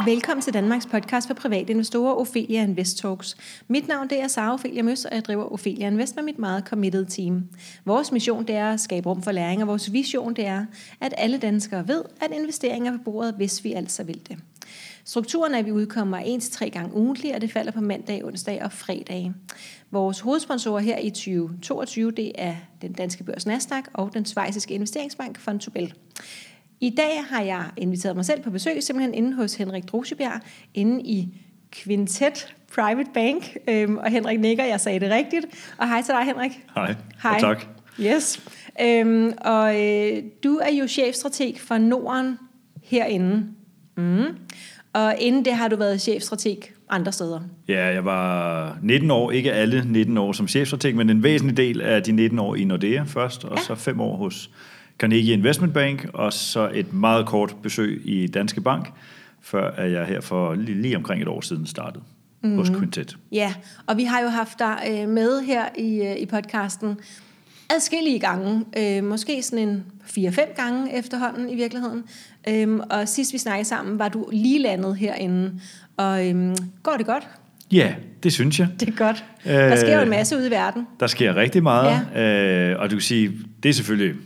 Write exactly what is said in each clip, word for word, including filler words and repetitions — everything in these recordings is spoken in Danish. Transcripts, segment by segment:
Velkommen til Danmarks podcast for private investorer, Ophelia Invest Talks. Mit navn det er Sara Ophelia Møs, og jeg driver Ophelia Invest med mit meget committed team. Vores mission det er at skabe rum for læring, og vores vision det er, at alle danskere ved, at investeringer er på bordet, hvis vi altså vil det. Strukturen er, at vi udkommer en til tre gange ugentlig, og det falder på mandag, onsdag og fredag. Vores hovedsponsorer her i tyve toogtyve, det er den danske børs Nasdaq og den schweiziske investeringsbank Vontobel. I dag har jeg inviteret mig selv på besøg, simpelthen inde hos Henrik Drosjebjerg, inde i Quintet Private Bank. Øhm, og Henrik nikker, jeg sagde det rigtigt. Og hej til dig, Henrik. Hej, hej. Og tak. Yes. Øhm, og øh, du er jo chefstrateg for Norden herinde. Mm. Og inden det har du været chefstrateg andre steder. Ja, jeg var nitten år, ikke alle nitten år som chefstrateg, men en væsentlig del af de nitten år i Nordea først, og ja. så fem år hos Carnegie Investment Bank, og så et meget kort besøg i Danske Bank, før at jeg her for lige, lige omkring et år siden startede mm. hos Quintet. Ja, og vi har jo haft dig med her i, i podcasten adskillige gange, øh, måske sådan en fire-fem gange efterhånden i virkeligheden. Øhm, og sidst vi snakkede sammen, var du lige landet herinde. Og øhm, går det godt? Ja, det synes jeg. Det er godt. Der sker jo en masse ude i verden. Der sker rigtig meget, ja. øh, og du kan sige, det er selvfølgelig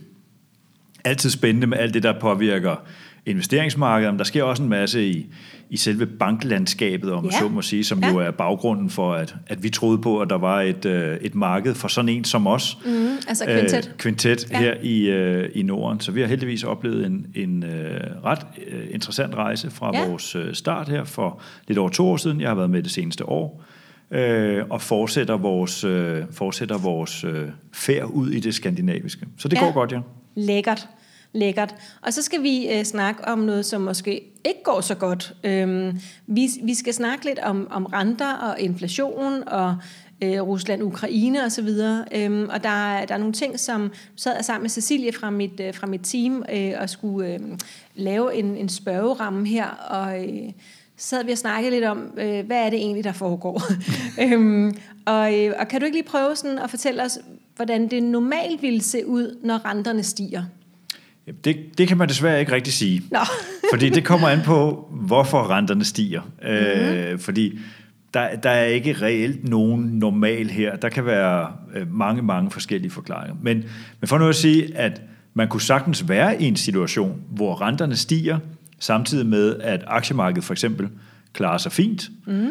altid spændende med alt det, der påvirker investeringsmarkedet, men der sker også en masse i, i selve banklandskabet, om ja. så må sige, som ja. jo er baggrunden for, at, at vi troede på, at der var et, øh, et marked for sådan en som os. Mm, altså Quintet. Øh, Quintet ja. her i, øh, i Norden. Så vi har heldigvis oplevet en, en øh, ret øh, interessant rejse fra ja. vores øh, start her for lidt over to år siden. Jeg har været med det seneste år. Øh, og fortsætter vores, øh, fortsætter vores øh, færd ud i det skandinaviske. Så det ja. går godt, ja. Lækkert. Lækkert. Og så skal vi øh, snakke om noget, som måske ikke går så godt. Øhm, vi, vi skal snakke lidt om, om renter og inflation og øh, Rusland, Ukraine og så videre. Øhm, og der, der er nogle ting, som sad sammen med Cecilie fra mit, øh, fra mit team øh, og skulle øh, lave en, en spørgeramme her, og øh, så sad vi og snakkede lidt om, øh, hvad er det egentlig, der foregår. øhm, og, øh, og kan du ikke lige prøve sådan at fortælle os, hvordan det normalt ville se ud, når renterne stiger? Det, det kan man desværre ikke rigtig sige. Nå. Fordi det kommer an på, hvorfor renterne stiger. Mm-hmm. Øh, fordi der, der er ikke reelt nogen normal her. Der kan være øh, mange, mange forskellige forklaringer. Men, men for nu at sige, at man kunne sagtens være i en situation, hvor renterne stiger, samtidig med, at aktiemarkedet for eksempel klarer sig fint. Mm-hmm.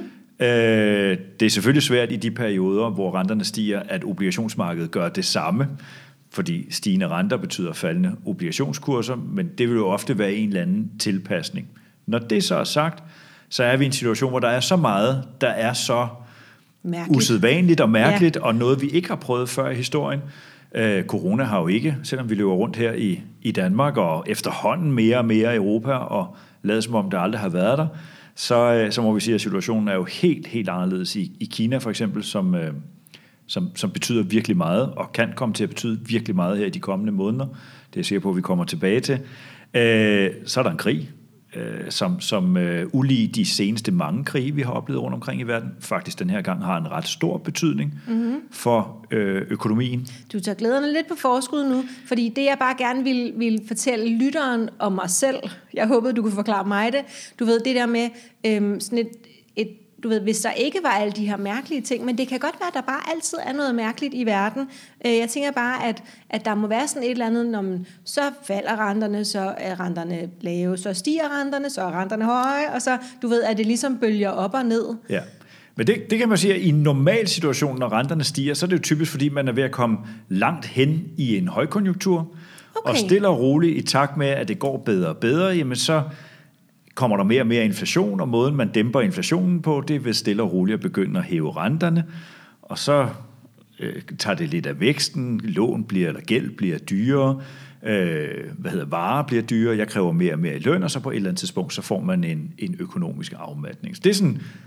Øh, det er selvfølgelig svært i de perioder, hvor renterne stiger, at obligationsmarkedet gør det samme. Fordi stigende renter betyder faldende obligationskurser, men det vil jo ofte være en eller anden tilpasning. Når det så er sagt, så er vi i en situation, hvor der er så meget, der er så mærkeligt. usædvanligt og mærkeligt, ja. og noget, vi ikke har prøvet før i historien. Øh, corona har jo ikke, selvom vi løber rundt her i, i Danmark, og efterhånden mere og mere i Europa, og lader som om det aldrig har været der, så, øh, så må vi sige, at situationen er jo helt, helt anderledes i, i Kina for eksempel, som... Øh, Som, som betyder virkelig meget, og kan komme til at betyde virkelig meget her i de kommende måneder. Det er jeg sikker på, at vi kommer tilbage til. Øh, så er der en krig, øh, som, som øh, ulige de seneste mange krige, vi har oplevet rundt omkring i verden, faktisk den her gang har en ret stor betydning mm-hmm. for øh, økonomien. Du tager glæderne lidt på forskud nu, fordi det, jeg bare gerne vil, vil fortælle lytteren om mig selv, jeg håbede, du kunne forklare mig det. Du ved, det der med øh, sådan et, et Du ved, hvis der ikke var alle de her mærkelige ting, men det kan godt være, at der bare altid er noget mærkeligt i verden. Jeg tænker bare, at, at der må være sådan et eller andet, når man, så falder renterne, så er renterne lave, så stiger renterne, så er renterne høje, og så, du ved, at det ligesom bølger op og ned. Ja, men det, det kan man sige, at i en normal situation, når renterne stiger, så er det jo typisk, fordi man er ved at komme langt hen i en højkonjunktur, okay. og stille og roligt i takt med, at det går bedre og bedre, jamen så kommer der mere og mere inflation, og måden, man dæmper inflationen på, det er ved stille og roligt at begynde at hæve renterne, og så øh, tager det lidt af væksten, lån bliver, eller gæld bliver dyrere, øh, hvad hedder, varer bliver dyrere, jeg kræver mere og mere i løn, og så på et eller andet tidspunkt, så får man en, en økonomisk afmatning. Så det er sådan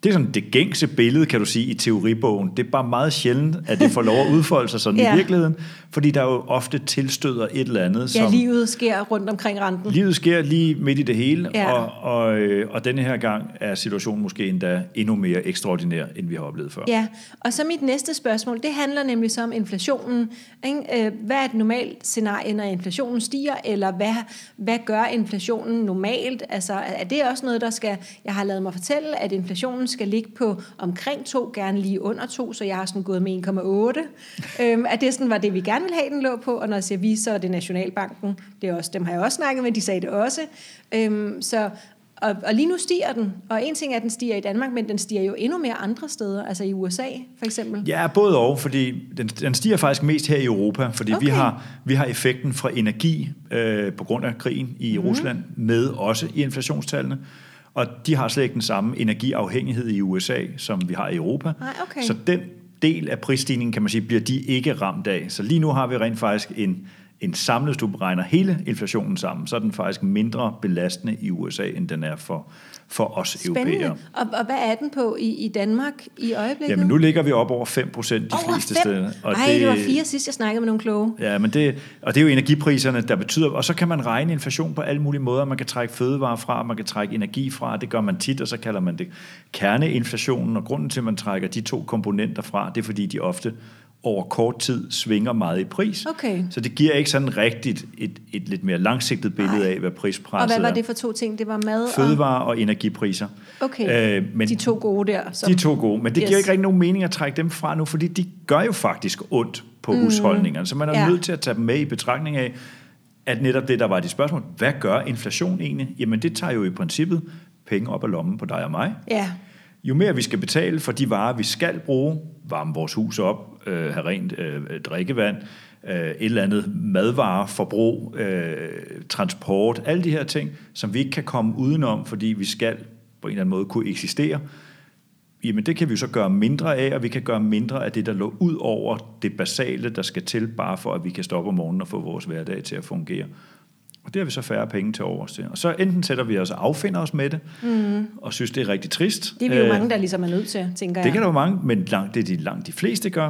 Det er sådan det gængse billede, kan du sige, i teoribogen. Det er bare meget sjældent, at det får lov at udfolde sig sådan ja. i virkeligheden, fordi der jo ofte tilstøder et eller andet. Ja, som, livet sker rundt omkring renten. Livet sker lige midt i det hele, ja. og, og, og denne her gang er situationen måske endda endnu mere ekstraordinær, end vi har oplevet før. Ja, og så mit næste spørgsmål, det handler nemlig så om inflationen. Ikke? Hvad er et normalt scenarie, når inflationen stiger, eller hvad, hvad gør inflationen normalt? Altså, er det også noget, der skal... Jeg har lavet mig fortælle, at inflationen skal ligge på omkring to, gerne lige under to, så jeg har sådan gået med en komma otte. øhm, at det sådan var det, vi gerne ville have, den lå på, og når jeg siger vi, så er det Nationalbanken. Det er også, dem har jeg også snakket med, de sagde det også. Øhm, så, og, og lige nu stiger den, og en ting er, at den stiger i Danmark, men den stiger jo endnu mere andre steder, altså i U S A for eksempel. Ja, både og, fordi den, den stiger faktisk mest her i Europa, fordi okay. vi, har, vi har effekten fra energi øh, på grund af krigen i mm. Rusland med også i inflationstallene. Og de har slet ikke den samme energiafhængighed i U S A, som vi har i Europa. Nej, okay. Så den del af prisstigningen, kan man sige, bliver de ikke ramt af. Så lige nu har vi rent faktisk en, en samlet, hvis du beregner hele inflationen sammen, så er den faktisk mindre belastende i U S A, end den er for, for os europæere. Og, og hvad er den på i, i Danmark i øjeblikket? Jamen nu ligger vi op over fem procent de over fleste fem? steder. Og Ej, det, det var fire sidst, jeg snakkede med nogle kloge. Ja, men det, og det er jo energipriserne, der betyder, og så kan man regne inflation på alle mulige måder. Man kan trække fødevarer fra, man kan trække energi fra, det gør man tit, og så kalder man det kerneinflationen. Og grunden til, at man trækker de to komponenter fra, det er fordi, de ofte over kort tid svinger meget i pris. Okay. Så det giver ikke sådan rigtigt et, et lidt mere langsigtet billede af, hvad prispresset er. Og hvad var det for to ting? Det var mad og... Fødevarer og energipriser. Okay, øh, men de to gode der. Som... De to gode, men det yes. giver ikke rigtig nogen mening at trække dem fra nu, fordi de gør jo faktisk ondt på mm. husholdningerne. Så man er ja. nødt til at tage dem med i betragtning af, at netop det, der var de spørgsmål, hvad gør inflation egentlig? Jamen det tager jo i princippet penge op af lommen på dig og mig. Ja. Jo mere vi skal betale for de varer, vi skal bruge, varme vores hus op, øh, have rent øh, drikkevand, øh, et eller andet madvareforbrug, øh, transport, alle de her ting, som vi ikke kan komme udenom, fordi vi skal på en eller anden måde kunne eksistere, jamen det kan vi jo så gøre mindre af, og vi kan gøre mindre af det, der lå ud over det basale, der skal til, bare for at vi kan stoppe om morgenen og få vores hverdag til at fungere. Og det har vi så færre penge til overs til. Og så enten sætter vi os og affinder os med det, mm. og synes, det er rigtig trist. Det er vi jo mange, der ligesom er nødt til, tænker jeg. Det kan der jo mange, men langt, det er de langt de fleste gør.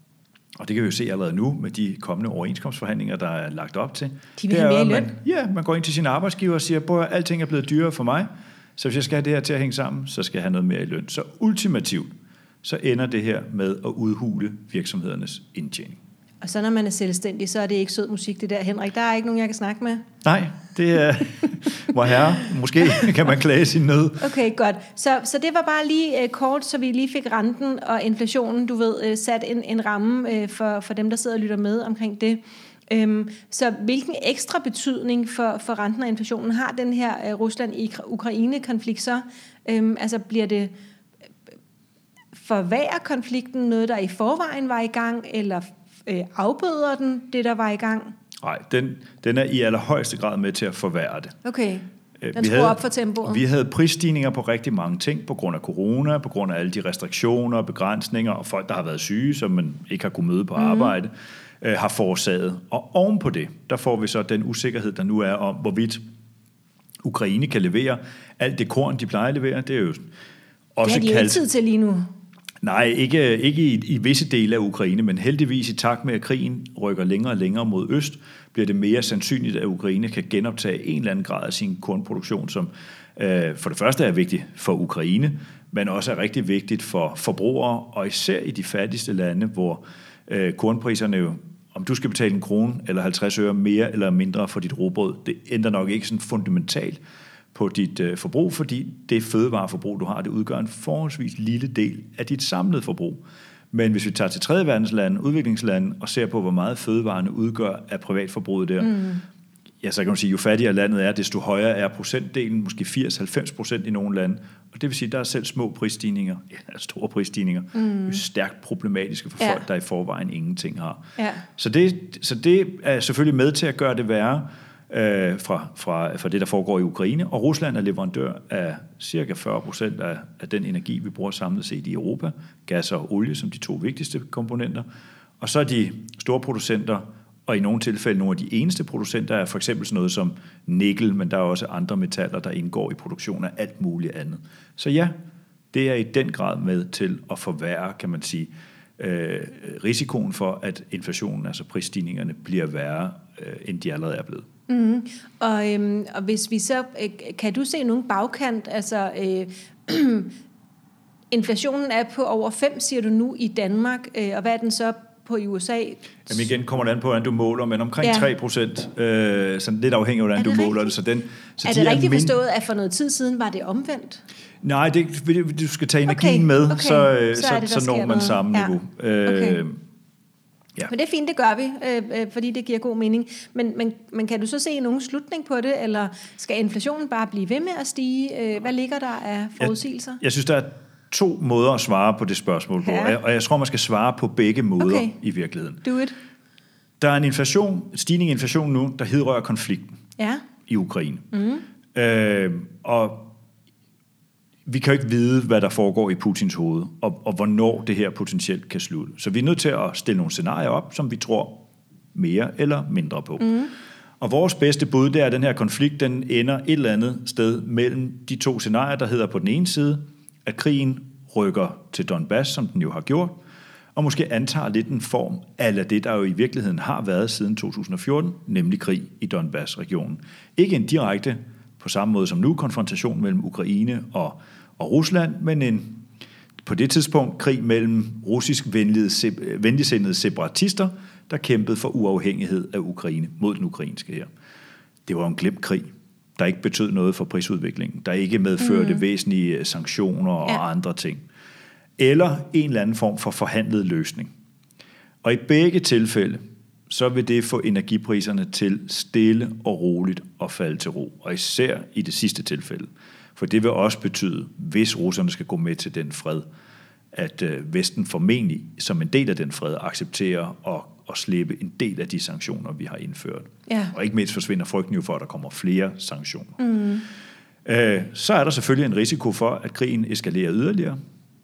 Og det kan vi jo se allerede nu med de kommende overenskomstforhandlinger, der er lagt op til. De vil have mere i løn. Man, ja, man går ind til sin arbejdsgiver og siger, at alting er blevet dyrere for mig, så hvis jeg skal have det her til at hænge sammen, så skal jeg have noget mere i løn. Så ultimativt, så ender det her med at udhule virksomhedernes indtjening. Og så når man er selvstændig, så er det ikke sød musik, det der, Henrik. Der er ikke nogen, jeg kan snakke med. Nej, det er... Hvor herre, måske kan man klage sin nød. Okay, godt. Så, så det var bare lige uh, kort, så vi lige fik renten og inflationen, du ved, uh, sat en, en ramme uh, for, for dem, der sidder og lytter med omkring det. Um, så hvilken ekstra betydning for, for renten og inflationen har den her uh, Rusland-Ukraine-konflikt så? Um, altså bliver det... Forværrer konflikten noget, der i forvejen var i gang, eller øh, afbøder den det, der var i gang? Nej, den, den er i allerhøjeste grad med til at forværre det. Okay, den skruer op for tempoet. Vi havde prisstigninger på rigtig mange ting, på grund af corona, på grund af alle de restriktioner og begrænsninger, og folk, der har været syge, som man ikke har kunnet møde på arbejde, mm. øh, har forårsaget. Og oven på det, der får vi så den usikkerhed, der nu er om, hvorvidt Ukraine kan levere alt det korn, de plejer at levere. Det er jo også det har de jo ikke tid til lige nu. Nej, ikke, ikke i, i visse dele af Ukraine, men heldigvis i takt med, at krigen rykker længere og længere mod øst, bliver det mere sandsynligt, at Ukraine kan genoptage en eller anden grad af sin kornproduktion, som øh, for det første er vigtigt for Ukraine, men også er rigtig vigtigt for forbrugere, og især i de fattigste lande, hvor øh, kornpriserne jo, om du skal betale en krone eller halvtreds øre mere eller mindre for dit rugbrød, det ændrer nok ikke sådan fundamentalt på dit øh, forbrug, fordi det fødevareforbrug, du har, det udgør en forholdsvis lille del af dit samlede forbrug. Men hvis vi tager til tredje verdenslande, udviklingslande, og ser på, hvor meget fødevarene udgør af privatforbruget der, mm. ja, så kan man sige, jo fattigere landet er, desto højere er procentdelen, måske firs til halvfems procent i nogle lande. Og det vil sige, at der er selv små prisstigninger, ja, store prisstigninger, mm. jo stærkt problematiske for ja. folk, der i forvejen ingenting har. Ja. Så, det, så det er selvfølgelig med til at gøre det værre, Øh, fra, fra, fra det, der foregår i Ukraine. Og Rusland er leverandør af cirka fyrre procent af, af den energi, vi bruger samlet set i Europa. Gas og olie som de to vigtigste komponenter. Og så er de store producenter, og i nogle tilfælde nogle af de eneste producenter, er for eksempel sådan noget som nikkel, men der er også andre metaller, der indgår i produktion af alt muligt andet. Så ja, det er i den grad med til at forværre, kan man sige, øh, risikoen for, at inflationen, altså prisstigningerne, bliver værre, øh, end de allerede er blevet. Mm-hmm. Og, øhm, og hvis vi så, øh, kan du se nogen bagkant, altså øh, inflationen er på over fem, siger du nu i Danmark, øh, og hvad er den så på i U S A? Jamen igen kommer det an på, hvordan du måler, men omkring ja. tre procent, øh, sådan lidt afhængig af, hvordan du rigtigt? måler det. Så den, så er de det rigtigt er min... forstået, at for noget tid siden var det omvendt? Nej, det, du skal tage energien okay. med, Okay. så, så, så, det, så når man noget. samme ja. niveau. Okay. Øh, Ja. Men det er fint, det gør vi, øh, fordi det giver god mening. Men, men, men kan du så se nogen slutning på det, eller skal inflationen bare blive ved med at stige? Øh, hvad ligger der af forudsigelser? Jeg, jeg synes, der er to måder at svare på det spørgsmål på, ja. og jeg tror, man skal svare på begge måder okay. i virkeligheden. Do it. Der er en inflation, stigning i inflation nu, der hedrører konflikten ja. i Ukraine. Mm. Øh, og vi kan jo ikke vide, hvad der foregår i Putins hoved, og, og hvornår det her potentielt kan slutte. Så vi er nødt til at stille nogle scenarier op, som vi tror mere eller mindre på. Mm. Og vores bedste bud, det er, at den her konflikt, den ender et eller andet sted mellem de to scenarier, der hedder på den ene side, at krigen rykker til Donbass, som den jo har gjort, og måske antager lidt en form af det, der jo i virkeligheden har været siden to tusind og fjorten, nemlig krig i Donbass-regionen. Ikke en direkte, på samme måde som nu, konfrontation mellem Ukraine og, og Rusland, men en, på det tidspunkt, krig mellem russisk venligsindede separatister, der kæmpede for uafhængighed af Ukraine mod den ukrainske her. Det var en glemt krig, der ikke betød noget for prisudviklingen, der ikke medførte mm. væsentlige sanktioner og ja. andre ting. Eller en eller anden form for forhandlet løsning. Og i begge tilfælde, så vil det få energipriserne til stille og roligt at falde til ro. Og især i det sidste tilfælde. For det vil også betyde, hvis russerne skal gå med til den fred, at Vesten formentlig som en del af den fred accepterer at, at slippe en del af de sanktioner, vi har indført. Ja. Og ikke mindst forsvinder frygten jo for, at der kommer flere sanktioner. Mm. Øh, så er der selvfølgelig en risiko for, at krigen eskalerer yderligere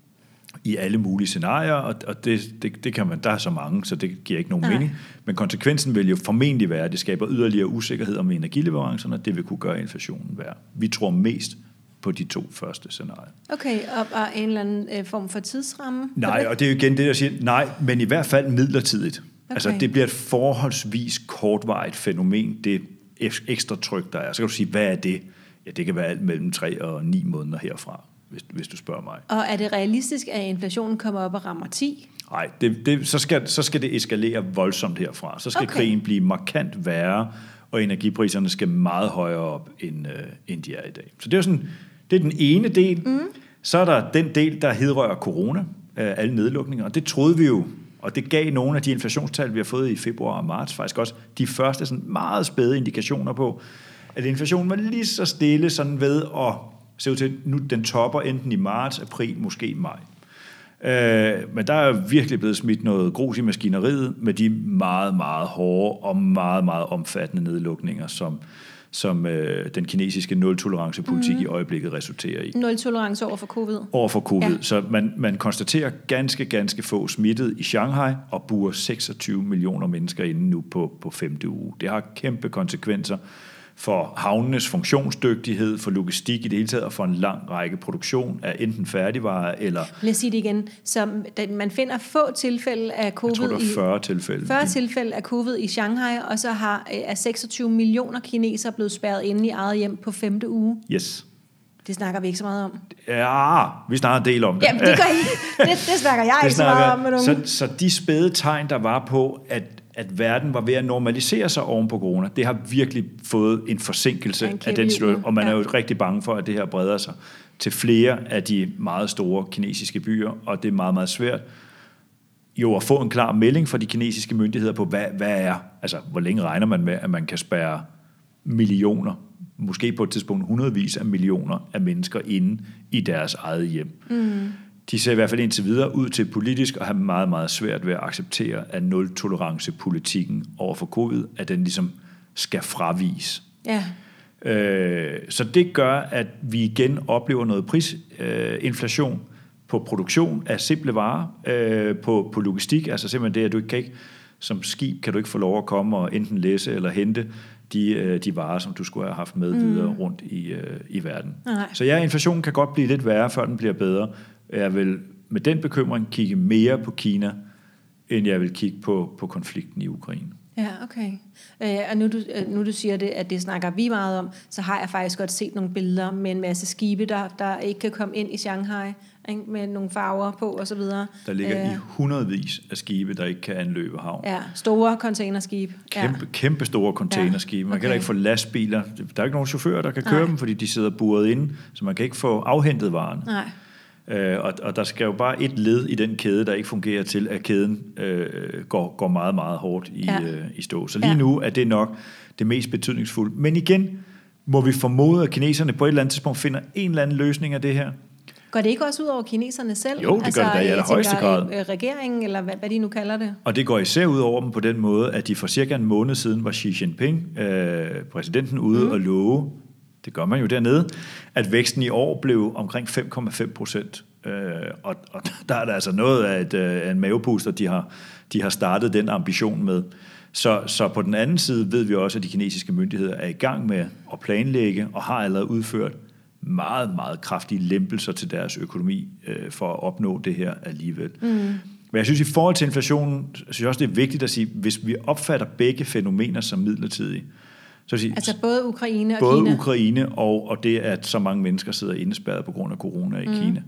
i alle mulige scenarier, og det, det, det kan man, der er så mange, så det giver ikke nogen Nej. mening. Men konsekvensen vil jo formentlig være, at det skaber yderligere usikkerhed om energileverancerne, og det vil kunne gøre inflationen værre. Vi tror mest på de to første scenarier. Okay, og, og en eller anden øh, form for tidsramme? Nej, og det er jo igen det, der siger, nej, men i hvert fald midlertidigt. Okay. Altså, det bliver et forholdsvis kortvarigt fænomen, det ekstra tryk, der er. Så kan du sige, hvad er det? Ja, det kan være alt mellem tre og ni måneder herfra, hvis, hvis du spørger mig. Og er det realistisk, at inflationen kommer op og rammer ti? Nej, det, det, så, skal, så skal det eskalere voldsomt herfra. Så skal okay. krigen blive markant værre, og energipriserne skal meget højere op, end, øh, end de er i dag. Så det er, sådan, det er den ene del. Mm. Så er der den del, der hedrører corona, øh, alle nedlukninger, og det troede vi jo, og det gav nogle af de inflationstal, vi har fået i februar og marts, faktisk også de første sådan meget spæde indikationer på, at inflationen var lige så stille sådan ved at se ud til, nu den topper enten i marts, april, måske maj. Øh, men der er virkelig blevet smidt noget grus i maskineriet med de meget, meget hårde og meget, meget omfattende nedlukninger, som, som øh, den kinesiske nul-tolerance-politik mm. i øjeblikket resulterer i. Nul-tolerance over for covid? Over for covid. Ja. Så man, man konstaterer ganske, ganske få smittet i Shanghai og burer seksogtyve millioner mennesker inde nu på, på femte uge. Det har kæmpe konsekvenser for havnenes funktionsdygtighed, for logistik i det hele taget, og for en lang række produktion af enten færdigvarer eller... Lad os sige det igen. Så man finder få tilfælde af covid... Jeg tror, der er fyrre tilfælde. fyrre tilfælde af covid i Shanghai, og så har er seksogtyve millioner kinesere blevet spærret inde i eget hjem på femte uge. Yes. Det snakker vi ikke så meget om. Ja, vi snakker en del om det. Jamen, det gør I. Det, det snakker jeg det ikke snakker, så meget om med nogen. Så, så de spæde tegn, der var på, at at verden var ved at normalisere sig oven på corona, det har virkelig fået en forsinkelse en af den situation, og man ja. er jo rigtig bange for, at det her breder sig til flere af de meget store kinesiske byer, og det er meget, meget svært jo at få en klar melding fra de kinesiske myndigheder på, hvad, hvad er, altså hvor længe regner man med, at man kan spærre millioner, måske på et tidspunkt hundredvis af millioner af mennesker inde i deres eget hjem. Mm. De ser i hvert fald indtil videre ud til politisk at have meget, meget svært ved at acceptere, at nul-tolerance-politikken over for covid, at den ligesom skal fravise. Ja. Øh, så det gør, at vi igen oplever noget prisinflation øh, på produktion af simple varer, øh, på, på logistik, altså simpelthen det, at du ikke kan ikke, som skib kan du ikke få lov at komme og enten læse eller hente de, de varer, som du skulle have haft med mm. videre rundt i, i verden. Nej. Så ja, inflationen kan godt blive lidt værre, før den bliver bedre. Jeg vil med den bekymring kigge mere på Kina, end jeg vil kigge på, på konflikten i Ukraine. Ja, okay. Øh, og nu du, nu du siger det, at det snakker vi meget om, så har jeg faktisk godt set nogle billeder med en masse skibe, der, der ikke kan komme ind i Shanghai, ikke? Med nogle farver på og så videre. Der ligger øh, i hundredvis af skibe, der ikke kan anløbe havn. Ja, store containerskibe. Kæmpe, ja. kæmpe store containerskibe. Man ja, okay. kan ikke få lastbiler. Der er ikke nogen chauffører, der kan køre Nej. dem, fordi de sidder buret inde, så man kan ikke få afhentet varen. Nej. Øh, og, og der skal jo bare et led i den kæde, der ikke fungerer til, at kæden øh, går, går meget, meget hårdt i, ja. øh, i stå. Så lige ja. nu er det nok det mest betydningsfulde. Men igen må vi formode, at kineserne på et eller andet tidspunkt finder en eller anden løsning af det her. Går det ikke også ud over kineserne selv? Jo, det altså, gør det da i allerhøjeste grad. Regeringen, eller hvad, hvad de nu kalder det? Og det går især ud over dem på den måde, at de for cirka en måned siden var Xi Jinping, øh, præsidenten, ude mm. og love, det gør man jo dernede, at væksten i år blev omkring fem komma fem procent. Øh, og, og der er der altså noget af et, øh, en mavepuster, de har, de har startet den ambition med. Så, så på den anden side ved vi også, at de kinesiske myndigheder er i gang med at planlægge og har allerede udført meget, meget kraftige lempelser til deres økonomi øh, for at opnå det her alligevel. Mm. Men jeg synes, i forhold til inflationen, synes jeg også, det er vigtigt at sige, hvis vi opfatter begge fænomener som midlertidige, så sige, altså både Ukraine og både Kina? Både Ukraine og, og det, at så mange mennesker sidder indespærret på grund af corona i mm. Kina.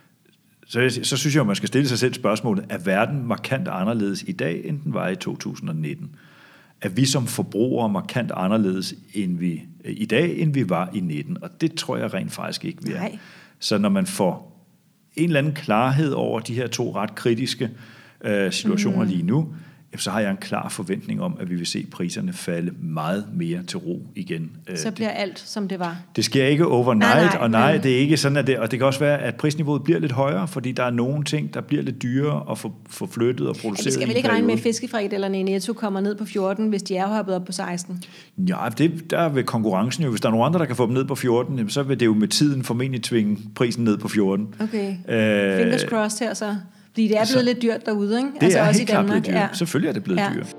Så, så synes jeg, at man skal stille sig selv spørgsmålet, er verden markant anderledes i dag, end den var i to tusind og nitten? Er vi som forbrugere markant anderledes end vi, i dag, end vi var i nitten? Og det tror jeg rent faktisk ikke, vi er. Nej. Så når man får en eller anden klarhed over de her to ret kritiske øh, situationer mm. lige nu, så har jeg en klar forventning om, at vi vil se priserne falde meget mere til ro igen. Så bliver det, alt, som det var. Det sker ikke overnight, nej, nej, og nej, men... det er ikke sådan, at det, og det kan også være, at prisniveauet bliver lidt højere, fordi der er nogle ting, der bliver lidt dyrere at få, få flyttet og produceret. Ja, vi skal vel ikke regne med, at fiskefrikadellerne i Netto kommer ned på fjorten, hvis de er hoppet op på seksten? Ja, det, der vil konkurrencen jo. Hvis der er nogen andre, der kan få dem ned på fjorten, så vil det jo med tiden formentlig tvinge prisen ned på fjorten. Okay, øh, fingers crossed her så. Fordi det er blevet så lidt dyrt derude, ikke? Det altså er også helt klart blevet dyrt. Ja. Selvfølgelig er det blevet ja. dyrt.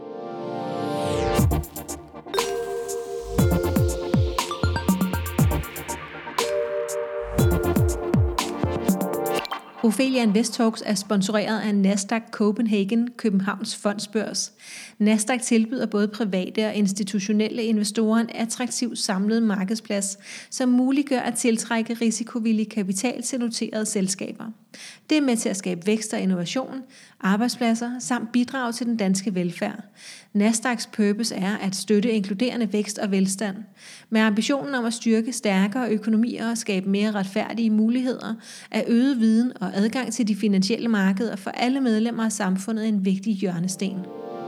Ophelia Invest Talks er sponsoreret af Nasdaq Copenhagen, Københavns fondsbørs. Nasdaq tilbyder både private og institutionelle investorer en attraktiv samlet markedsplads, som muliggør at tiltrække risikovillig kapital til noterede selskaber. Det er med til at skabe vækst og innovation, arbejdspladser samt bidrage til den danske velfærd. Nasdaqs purpose er at støtte inkluderende vækst og velstand. Med ambitionen om at styrke stærkere økonomier og skabe mere retfærdige muligheder, er øget viden og adgang til de finansielle markeder for alle medlemmer af samfundet en vigtig hjørnesten.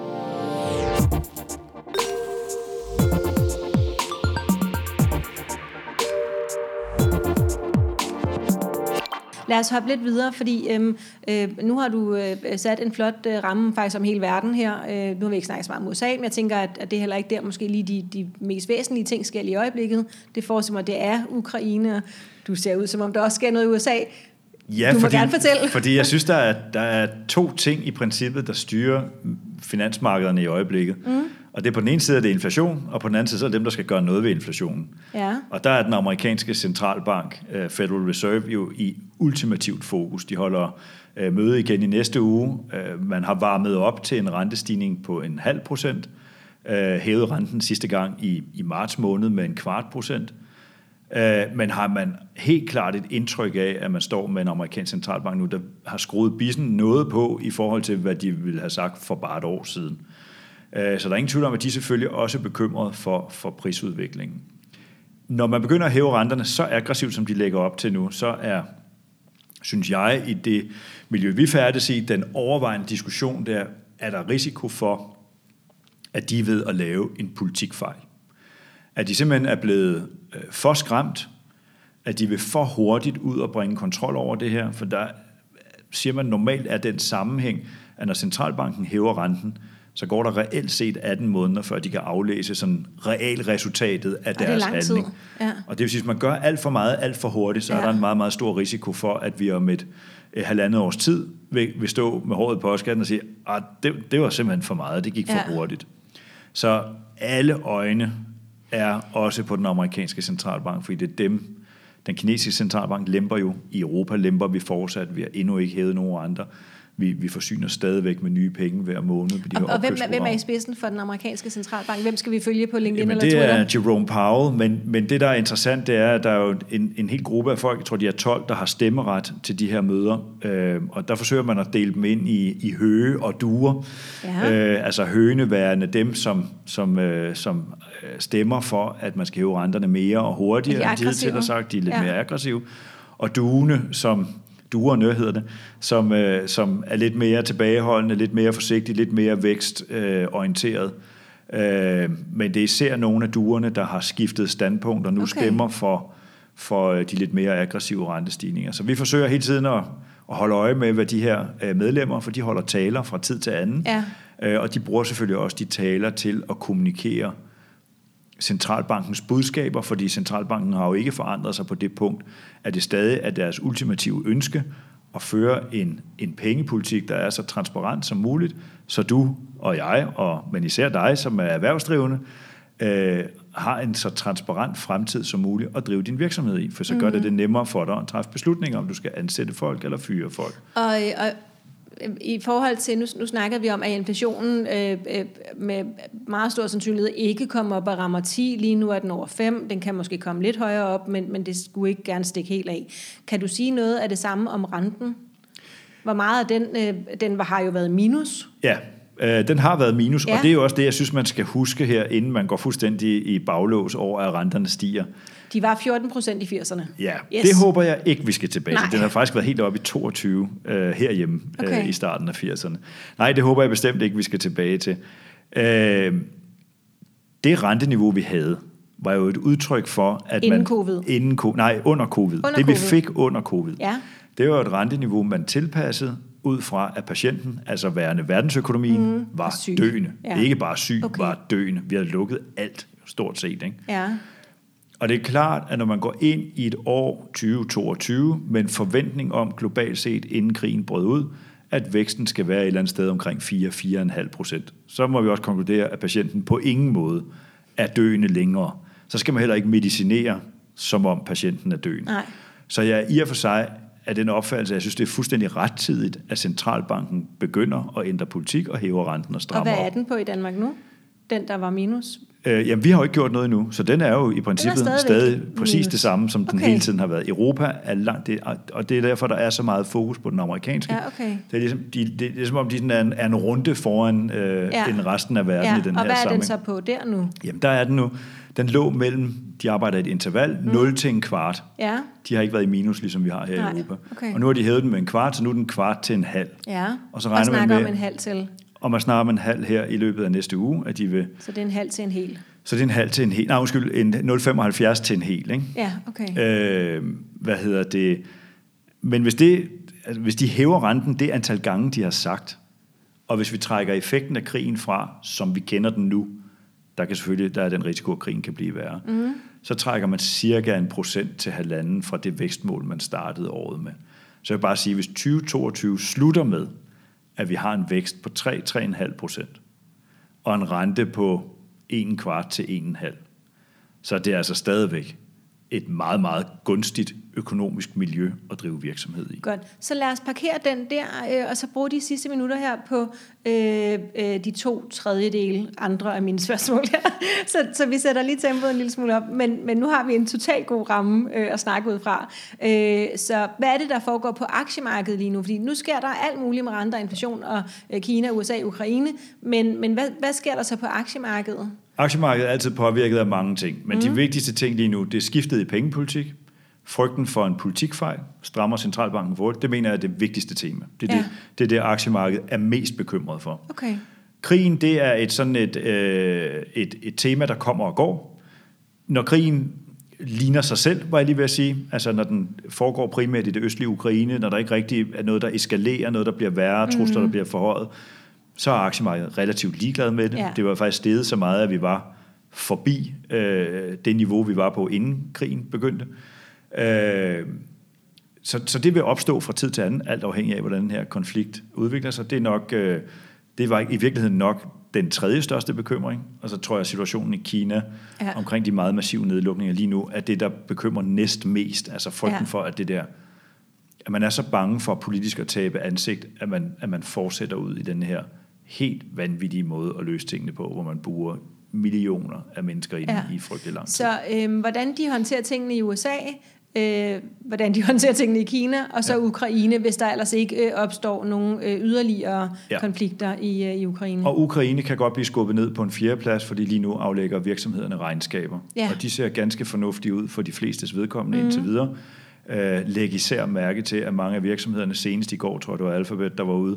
Lad os hoppe lidt videre, fordi øhm, øh, nu har du øh, sat en flot øh, ramme faktisk om hele verden her. Øh, nu har vi ikke snakket så meget om U S A, men jeg tænker, at, at det er heller ikke der måske lige de, de mest væsentlige ting sker lige i øjeblikket. Det forestiller mig, at det er Ukraine. Du ser ud, som om der også sker noget i U S A. Ja, du må fordi, gerne fortælle. fordi jeg synes, der er, der er to ting i princippet, der styrer finansmarkederne i øjeblikket. Mm. Og det er på den ene side, det er inflation, og på den anden side, så er det dem, der skal gøre noget ved inflationen. Ja. Og der er den amerikanske centralbank, Federal Reserve, jo i ultimativt fokus. De holder uh, møde igen i næste uge. Uh, man har varmet op til en rentestigning på en halv procent. Uh, hævet renten sidste gang i, i marts måned med en kvart procent. Uh, men har man helt klart et indtryk af, at man står med en amerikansk centralbank nu, der har skruet bissen noget på i forhold til, hvad de ville have sagt for bare et år siden. Uh, så der er ingen tvivl om, at de selvfølgelig også er bekymrede for, for prisudviklingen. Når man begynder at hæve renterne så aggressivt, som de lægger op til nu, så er, synes jeg, i det miljø, vi færdes i, den overvejende diskussion der, er der risiko for, at de er ved at lave en politikfejl. At de simpelthen er blevet øh, for skræmt, at de vil for hurtigt ud og bringe kontrol over det her, for der siger man normalt, at den sammenhæng, at når centralbanken hæver renten, så går der reelt set atten måneder, før de kan aflæse sådan realresultatet af og deres handling. Ja. Og det vil sige, at hvis man gør alt for meget, alt for hurtigt, så ja. er der en meget, meget stor risiko for, at vi om et eh, halvandet års tid vil, vil stå med håret på postkassen og sige, at det, det var simpelthen for meget, det gik for ja. hurtigt. Så alle øjne er også på den amerikanske centralbank, fordi det er dem, den kinesiske centralbank lemper jo, i Europa lemper vi fortsat, vi har endnu ikke hævet nogen andre. Vi, vi forsyner stadigvæk med nye penge hver måned på de her Og, og hvem, hvem er i spidsen for den amerikanske centralbank? Hvem skal vi følge på LinkedIn Jamen, eller Twitter? det er Jerome Powell, men, men det, der er interessant, det er, at der er jo en, en hel gruppe af folk, jeg tror, de er tolv, der har stemmeret til de her møder, øh, og der forsøger man at dele dem ind i, i høge og duer. Ja. Øh, altså høgene værende dem, som, som, øh, som stemmer for, at man skal hæve renterne mere og hurtigere, de til at sagt, de er lidt ja. mere aggressive, og duene, som duerne hedder det, som, øh, som er lidt mere tilbageholdende, lidt mere forsigtige, lidt mere vækstorienteret. Øh, men det er især nogle af duerne, der har skiftet standpunkt og nu okay. stemmer for, for de lidt mere aggressive rentestigninger. Så vi forsøger hele tiden at, at holde øje med, hvad de her medlemmer, for de holder taler fra tid til anden, ja. øh, og de bruger selvfølgelig også de taler til at kommunikere centralbankens budskaber, fordi centralbanken har jo ikke forandret sig på det punkt, at det stadig er deres ultimative ønske at føre en, en pengepolitik, der er så transparent som muligt, så du og jeg, og, men især dig, som er erhvervsdrivende, øh, har en så transparent fremtid som muligt at drive din virksomhed i, for så gør mm-hmm. det det nemmere for dig at træffe beslutninger, om du skal ansætte folk eller fyre folk. Og, og i forhold til, nu, nu snakkede vi om, at inflationen øh, øh, med meget stor sandsynlighed ikke kommer op og rammer ti. Lige nu er den over fem. Den kan måske komme lidt højere op, men, men det skulle ikke gerne stikke helt af. Kan du sige noget af det samme om renten? Hvor meget af den, øh, den har jo været minus? Ja, øh, den har været minus, ja. Og det er jo også det, jeg synes, man skal huske her, inden man går fuldstændig i baglås over, at renterne stiger. De var fjorten procent i firserne. Ja, yes. Det håber jeg ikke, vi skal tilbage til. Den har faktisk været helt oppe i toogtyve øh, herhjemme okay. øh, i starten af firserne. Nej, det håber jeg bestemt ikke, vi skal tilbage til. Øh, det renteniveau, vi havde, var jo et udtryk for, at inden man... covid. Inden covid. Nej, under covid. Under det, COVID. vi fik under covid. Ja. Det var et renteniveau, man tilpassede ud fra, at patienten, altså værende verdensøkonomien, mm, var syg. døende. Ja. Ikke bare syg, okay. var døende. Vi havde lukket alt, stort set. Ikke? Ja. Og det er klart, at når man går ind i et år tyve toogtyve med en forventning om globalt set, inden krigen brød ud, at væksten skal være et eller andet sted omkring fire til fire komma fem procent, så må vi også konkludere, at patienten på ingen måde er døende længere. Så skal man heller ikke medicinere, som om patienten er døende. Nej. Så jeg i og for sig er den opfattelse, jeg synes, det er fuldstændig rettidigt, at centralbanken begynder at ændre politik og hæver renten og strammer op. Og hvad er den på i Danmark nu? Den, der var minus? Øh, jamen, vi har jo ikke gjort noget endnu, så den er jo i princippet stadig, stadig præcis minus. Det samme, som den okay. hele tiden har været. Europa er langt, det, og det er derfor, der er så meget fokus på den amerikanske. Ja, okay. Det er ligesom, de, det, det er som om, de sådan er, en, er en runde foran øh, ja. den resten af verden ja. i den og her sammenhæng. Og hvad er den så på der nu? Jamen, der er den nu. Den lå mellem, de arbejder i et interval, mm. nul til en kvart. Ja. De har ikke været i minus, ligesom vi har her Nej. i Europa. Okay. Og nu har de hævet den med en kvart, så nu er den kvart til en halv. Ja, og så regner og snakker man med, om en halv til. Og man snakker om en halv her i løbet af næste uge, at de vil... Så det er en halv til en hel? Så det er en halv til en hel. Nej, undskyld, en nul komma femoghalvfjerds til en hel, ikke? Ja, okay. Øh, hvad hedder det? Men hvis, det, altså hvis de hæver renten det antal gange, de har sagt, og hvis vi trækker effekten af krigen fra, som vi kender den nu, der kan selvfølgelig, der er den risiko, at krigen kan blive værre, mm. så trækker man cirka en procent til halvanden fra det vækstmål, man startede året med. Så jeg vil bare sige, hvis tyve toogtyve slutter med, at vi har en vækst på tre til tre komma fem procent, og en rente på en kvart til en og en halv, så det er altså stadigvæk et meget, meget gunstigt økonomisk miljø at drive virksomhed i. Godt. Så lad os parkere den der, øh, og så bruge de sidste minutter her på øh, øh, de to tredjedele andre af mine spørgsmål her. så, så vi sætter lige tempoet en lille smule op, men, men nu har vi en total god ramme øh, at snakke ud fra. Øh, så hvad er det, der foregår på aktiemarkedet lige nu? Fordi nu sker der alt muligt med renter, inflation og øh, Kina, U S A, Ukraine, men, men hvad, hvad sker der så på aktiemarkedet? Aktiemarkedet er altid påvirket af mange ting, men mm. de vigtigste ting lige nu, det er skiftet i pengepolitik, frygten for en politikfejl, strammer centralbanken for det, det mener jeg er det vigtigste tema. Det er, ja. det, det, er det, aktiemarkedet er mest bekymret for. Okay. Krigen, det er et, sådan et, øh, et, et tema, der kommer og går. Når krigen ligner sig selv, var jeg lige ved at sige, altså når den foregår primært i det østlige Ukraine, når der ikke rigtig er noget, der eskalerer, noget, der bliver værre, trusler, mm. der bliver forhøjet, så er aktiemarkedet relativt ligeglad med det. Ja. Det var faktisk steget så meget, at vi var forbi øh, det niveau, vi var på, inden krigen begyndte. Øh, så, så det vil opstå fra tid til anden, alt afhængig af, hvordan den her konflikt udvikler sig. Det er nok, øh, det var i virkeligheden nok den tredje største bekymring, og så tror jeg, at situationen i Kina ja. omkring de meget massive nedlukninger lige nu, er det, der bekymrer næst mest. Altså frygten ja. for, at det der, at man er så bange for politisk at tabe ansigt, at man, at man fortsætter ud i den her helt vanvittige måde at løse tingene på, hvor man bruger millioner af mennesker inde ja. i frygtelig lang tid. Så øh, hvordan de håndterer tingene i U S A, øh, hvordan de håndterer tingene i Kina, og så ja. Ukraine, hvis der ellers ikke øh, opstår nogen øh, yderligere ja. konflikter i, øh, i Ukraine. Og Ukraine kan godt blive skubbet ned på en fjerdeplads, fordi lige nu aflægger virksomhederne regnskaber. Ja. Og de ser ganske fornuftige ud for de flestes vedkommende mm. indtil videre. Øh, læg især mærke til, at mange af virksomhederne senest i går, tror jeg det var Alphabet, der var ude,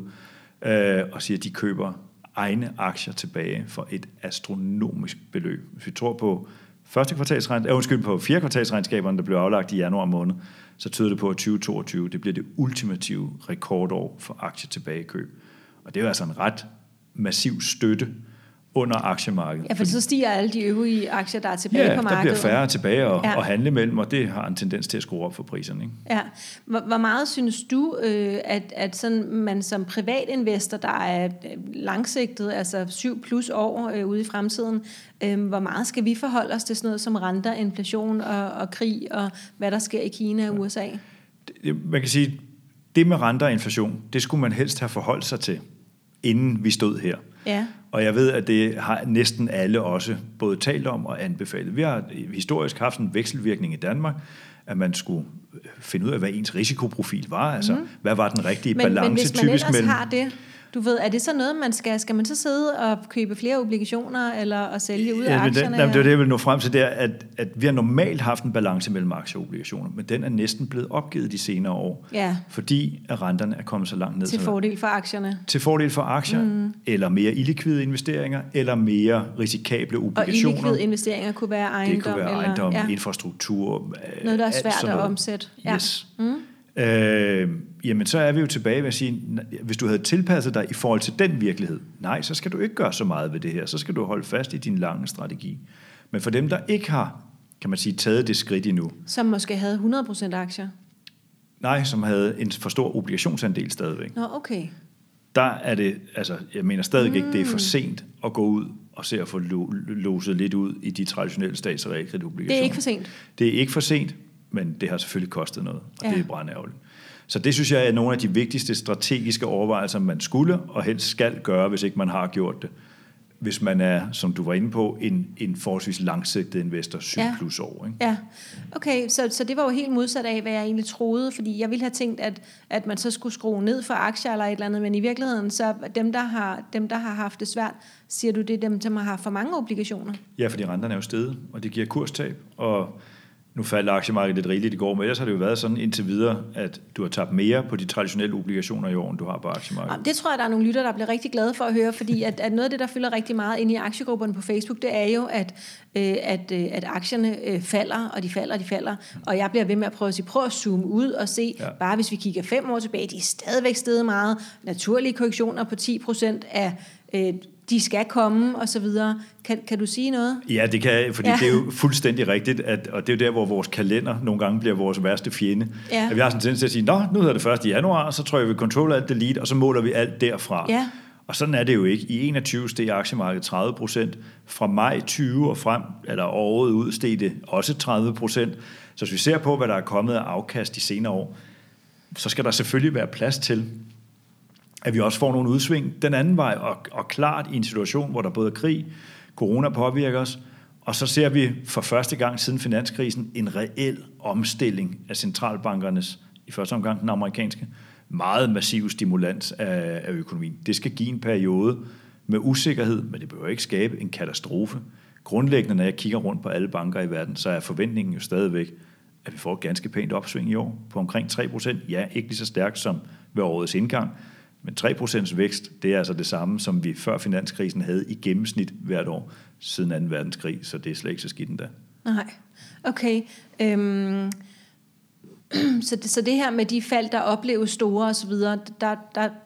øh, og siger, at de køber egne aktier tilbage for et astronomisk beløb. Hvis vi tror på første kvartalsregn, øh, undskyld, på fjerde kvartalsregnskaberne, der blev aflagt i januar måned, så tyder det på, at tyve toogtyve det bliver det ultimative rekordår for aktietilbagekøb. Og det er jo altså en ret massiv støtte under aktiemarkedet. Ja, for så stiger alle de øvrige aktier, der er tilbage ja, på markedet. Ja, der bliver færre tilbage at, ja. at handle mellem, og det har en tendens til at skrue op for priserne. Ikke? Ja. Hvor, hvor meget synes du, øh, at, at sådan, man som privatinvestor, der er langsigtet, altså syv plus år øh, ude i fremtiden, øh, hvor meget skal vi forholde os til sådan noget som renter, inflation og, og krig, og hvad der sker i Kina og U S A? Det, man kan sige, det med renter og inflation, det skulle man helst have forholdt sig til, inden vi stod her. Ja. Og jeg ved, at det har næsten alle også både talt om og anbefalet. Vi har historisk haft en vekselvirkning i Danmark, at man skulle finde ud af, hvad ens risikoprofil var. Altså, mm. hvad var den rigtige men, balance? Men hvis man typisk ellers mellem... har det, du ved, er det så noget, man skal, skal man så sidde og købe flere obligationer, eller at sælge ud af ja, aktierne? Det, det er det, jeg vil nå frem til, der, at, at vi har normalt haft en balance mellem aktier og obligationer, men den er næsten blevet opgivet de senere år, ja. fordi at renterne er kommet så langt ned. Til fordel for aktierne. Til fordel for aktier, mm. eller mere illikvide investeringer, eller mere risikable obligationer. Og illikvide investeringer kunne være ejendom. Det kunne være ejendom, eller, ja. infrastruktur. Noget, der er svært at omsætte. Ja. Yes. Mm. Øh, jamen så er vi jo tilbage ved at sige, hvis du havde tilpasset dig i forhold til den virkelighed, nej, så skal du ikke gøre så meget ved det her, så skal du holde fast i din lange strategi. Men for dem, der ikke har, kan man sige, taget det skridt endnu. Som måske havde hundrede procent aktier? Nej, som havde en for stor obligationsandel stadigvæk. Nå, okay. Der er det, altså jeg mener stadig mm. ikke, det er for sent at gå ud og se at få lo- låset lidt ud i de traditionelle stats- og realkreditobligationer. Det er ikke for sent? Det er ikke for sent, men det har selvfølgelig kostet noget, og ja. det er brandærgerligt. Så det synes jeg er nogle af de vigtigste strategiske overvejelser, man skulle og helst skal gøre, hvis ikke man har gjort det. Hvis man er, som du var inde på, en, en forholdsvis langsigtet investor, syv ja. plus år. Ikke? Ja, okay, så, så det var jo helt modsat af, hvad jeg egentlig troede, fordi jeg ville have tænkt, at, at man så skulle skrue ned for aktier eller et eller andet, men i virkeligheden, så dem, der har, dem, der har haft det svært, siger du, det er dem, som har haft for mange obligationer? Ja, fordi renterne er jo steget, og det giver kurstab, og nu faldt aktiemarkedet lidt rigeligt i går, men ellers har det jo været sådan indtil videre, at du har tabt mere på de traditionelle obligationer i år, end du har på aktiemarkedet. Det tror jeg, der er nogle lytter, der bliver rigtig glade for at høre, fordi at, at noget af det, der fylder rigtig meget inde i aktiegrupperne på Facebook, det er jo, at, øh, at, øh, at aktierne øh, falder, og de falder, og de falder. Og jeg bliver ved med at prøve at sige, prøv at zoome ud og se, ja. bare hvis vi kigger fem år tilbage, de er stadigvæk steget meget. Naturlige korrektioner på ti procent af øh, de skal komme, og så videre. Kan, kan du sige noget? Ja, det kan jeg, fordi ja. det er jo fuldstændig rigtigt, at, og det er jo der, hvor vores kalender nogle gange bliver vores værste fjende. Ja. At vi har sådan en tendens til at sige, nå, nu hedder det første januar, så tror jeg, vi control alt delete, og så måler vi alt derfra. Ja. Og sådan er det jo ikke. I enogtyve steg aktiemarkedet tredive procent. Fra maj tyve og frem, eller året ud, steg det også tredive procent. Så hvis vi ser på, hvad der er kommet af afkast de senere år, så skal der selvfølgelig være plads til, at vi også får nogle udsving den anden vej, og, og klart i en situation, hvor der både er krig, corona påvirker os, og så ser vi for første gang siden finanskrisen en reel omstilling af centralbankernes, i første omgang den amerikanske, meget massiv stimulans af, af økonomien. Det skal give en periode med usikkerhed, men det behøver ikke skabe en katastrofe. Grundlæggende, når jeg kigger rundt på alle banker i verden, så er forventningen jo stadigvæk, at vi får et ganske pænt opsving i år på omkring tre procent. Ja, ikke lige så stærkt som ved årets indgang, men tre procent vækst, det er altså det samme, som vi før finanskrisen havde i gennemsnit hvert år siden anden verdenskrig, så det er slet ikke så skidt endda. Nej, okay. Øhm, så, det, så det her med de fald, der opleves store og så videre, der, der,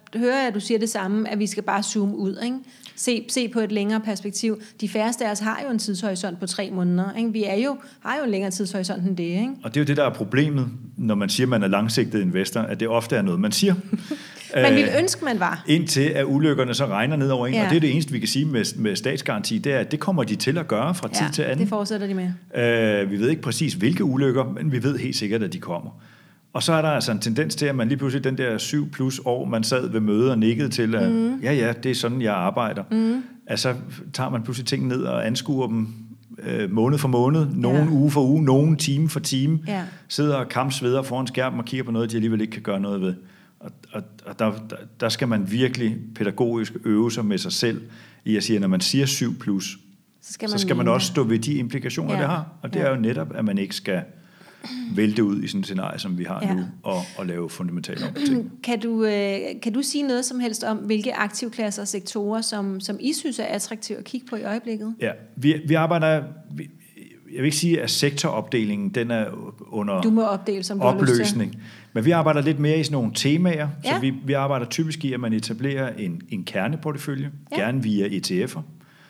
hører jeg, at du siger det samme, at vi skal bare zoome ud, ikke? Se, se på et længere perspektiv. De færreste af os har jo en tidshorisont på tre måneder. Ikke? Vi er jo, har jo en længere tidshorisont end det. Ikke? Og det er jo det, der er problemet, når man siger, at man er langsigtet investor, at det ofte er noget, man siger. Man ville ønske, man var. Indtil at ulykkerne så regner ned over en. Ja. Og det er det eneste, vi kan sige med, med statsgaranti, det er, at det kommer de til at gøre fra tid ja, til anden. det fortsætter de med. Uh, vi ved ikke præcis, hvilke ulykker, men vi ved helt sikkert, at de kommer. Og så er der altså en tendens til, at man lige pludselig den der syv plus år, man sad ved møde og nikkede til, at mm. ja, ja, det er sådan, jeg arbejder. Mm. Altså tager man pludselig ting ned og anskuer dem øh, måned for måned, nogen ja. uge for uge, nogen time for time, ja. sidder og kampsveder foran skærmen og kigger på noget, de alligevel ikke kan gøre noget ved. Og, og, og der, der, der skal man virkelig pædagogisk øve sig med sig selv i at sige, at når man siger syv plus, så skal man, så skal man også stå ved de implikationer, ja. det har. Og det ja. er jo netop, at man ikke skal vælte ud i sådan et scenarie, som vi har ja. nu, og, og lave fundamentale ting. Kan du, øh, kan du sige noget som helst om, hvilke aktivklasser og sektorer, som, som I synes er attraktive at kigge på i øjeblikket? Ja, vi, vi arbejder... Vi, jeg vil ikke sige, at sektoropdelingen den er under du må opdele, som opløsning. Men vi arbejder lidt mere i sådan nogle temaer. Ja. Så vi, vi arbejder typisk i, at man etablerer en, en kerneportefølje, ja. gerne via E T F'er.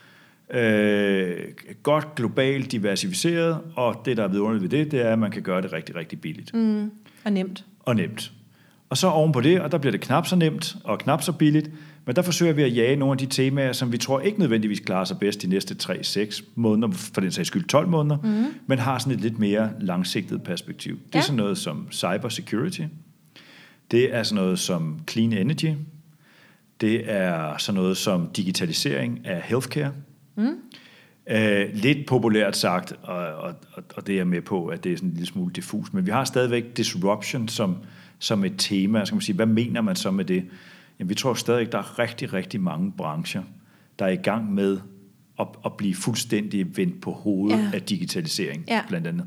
Øh, godt globalt diversificeret, og det, der er vidunderligt ved det, det er, at man kan gøre det rigtig, rigtig billigt. Mm, og nemt. Og nemt. Og så oven på det, og der bliver det knap så nemt og knap så billigt, men der forsøger vi at jage nogle af de temaer, som vi tror ikke nødvendigvis klarer sig bedst de næste tre seks måneder, for den sags skyld tolv måneder, mm. men har sådan et lidt mere langsigtet perspektiv. Det er ja. sådan noget som cyber security, det er sådan noget som clean energy, det er sådan noget som digitalisering af healthcare. Mm. Uh, lidt populært sagt, og, og, og det er jeg med på, at det er sådan en lille smule diffus, men vi har stadigvæk disruption som, som et tema. Så kan man sige, hvad mener man så med det? Jamen, vi tror stadig, at der er rigtig, rigtig mange brancher, der er i gang med at, at blive fuldstændig vendt på hovedet ja. af digitalisering, ja. blandt andet.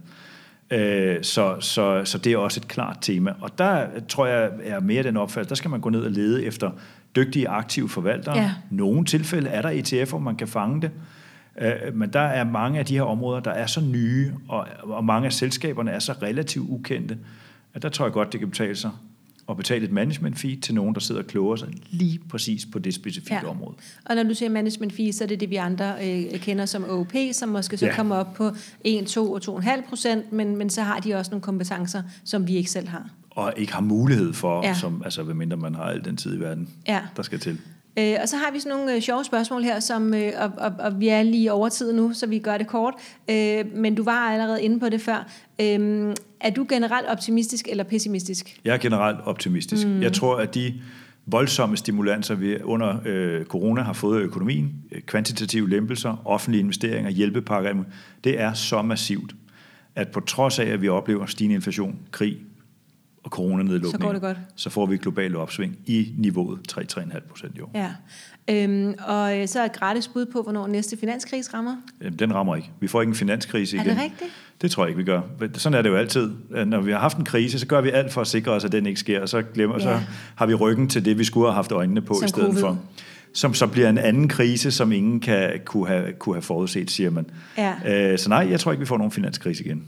Uh, så, så, så det er også et klart tema. Og der tror jeg, er mere den opfattelse, der skal man gå ned og lede efter dygtige, aktive forvaltere. Ja. Nogle tilfælde er der E T F'er, man kan fange det. Men der er mange af de her områder, der er så nye, og, og mange af selskaberne er så relativt ukendte, at der tror jeg godt, det kan betale sig at betale et management fee til nogen, der sidder og kloger sig lige præcis på det specifikke ja. område. Og når du siger management fee, så er det det, vi andre øh, kender som O P, som måske så ja. kommer op på en, to og to komma fem procent, men, men så har de også nogle kompetencer, som vi ikke selv har. Og ikke har mulighed for, ja. som, altså medmindre man har al den tid i verden, ja. der skal til. Øh, og så har vi sådan nogle øh, sjove spørgsmål her, som, øh, og, og, og vi er lige over tid nu, så vi gør det kort. Øh, men du var allerede inde på det før. Øh, er du generelt optimistisk eller pessimistisk? Jeg er generelt optimistisk. Mm. Jeg tror, at de voldsomme stimulanser, vi under øh, corona har fået af økonomien, kvantitative lempelser, offentlige investeringer, hjælpepakker, det er så massivt, at på trods af, at vi oplever stigende inflation, krig, og coronanedlukning, så går det godt. Så får vi et globalt opsving i niveauet tre til tre komma fem procent i år. Ja. Øhm, og så er et gratis bud på, hvornår næste finanskrise rammer? Jamen, den rammer ikke. Vi får ikke en finanskrise igen. Er det rigtigt? Det tror jeg ikke, vi gør. Sådan er det jo altid. Når vi har haft en krise, så gør vi alt for at sikre os, at den ikke sker, og så, glemmer, ja. så har vi ryggen til det, vi skulle have haft øjnene på som i stedet COVID. For. Som så bliver en anden krise, som ingen kan, kunne, have, kunne have forudset, siger man. Ja. Øh, så nej, jeg tror ikke, vi får nogen finanskrise igen.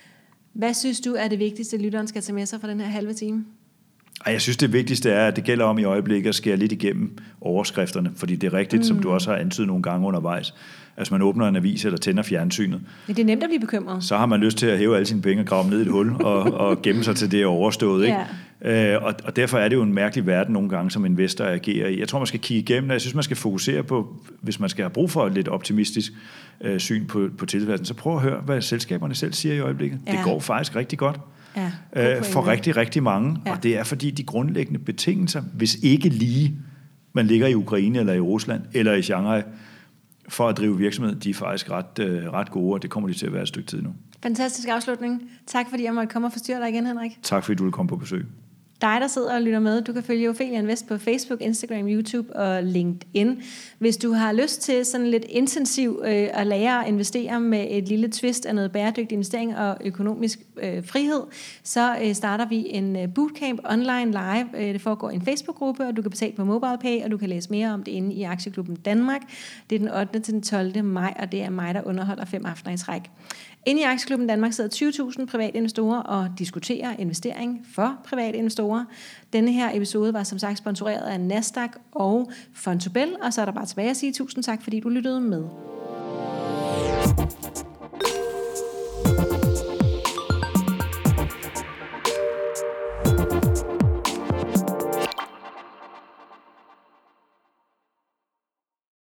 Hvad synes du er det vigtigste, lytteren skal tage med sig fra den her halve time? Jeg synes, det vigtigste er, at det gælder om i øjeblikket at skære lidt igennem overskrifterne, fordi det er rigtigt, mm. som du også har antydet nogle gange undervejs. Altså man åbner en avis eller tænder fjernsynet. Men det er nemt at blive bekymret. Så har man lyst til at hæve alle sine penge og grave dem ned i et hul og, og gemme sig til det overstået. Ikke? Ja. Øh, og, og derfor er det jo en mærkelig verden nogle gange, som investor agerer i. Jeg tror, man skal kigge igennem, og jeg synes, man skal fokusere på, hvis man skal have brug for et lidt optimistisk øh, syn på, på tilværelsen, så prøv at høre, hvad selskaberne selv siger i øjeblikket. Ja. Det går faktisk rigtig godt. Ja, øh, for rigtig, rigtig mange. Ja. Og det er fordi de grundlæggende betingelser, hvis ikke lige man ligger i Ukraine eller i Rusland eller i Shanghai, for at drive virksomhed, de er faktisk ret, øh, ret gode, og det kommer de til at være et stykke tid nu. Fantastisk afslutning. Tak fordi jeg måtte komme og forstyrre dig igen, Henrik. Tak fordi du ville komme på besøg. Dig, der sidder og lytter med, du kan følge Ophelia Invest på Facebook, Instagram, YouTube og LinkedIn. Hvis du har lyst til sådan lidt intensiv øh, at lære at investere med et lille twist af noget bæredygtig investering og økonomisk øh, frihed, så øh, starter vi en øh, bootcamp online live. Øh, det foregår i en Facebook-gruppe, og du kan betale på MobilePay, og du kan læse mere om det inde i Aktieklubben Danmark. Det er den ottende til den tolvte maj, og det er mig, der underholder fem aftener i træk. Inde i Aktieklubben Danmark sidder tyve tusind private investorer og diskuterer investering for private investorer. investorer. Denne her episode var som sagt sponsoreret af Nasdaq og Fontobel, og så er der bare tilbage at sige tusind tak, fordi du lyttede med.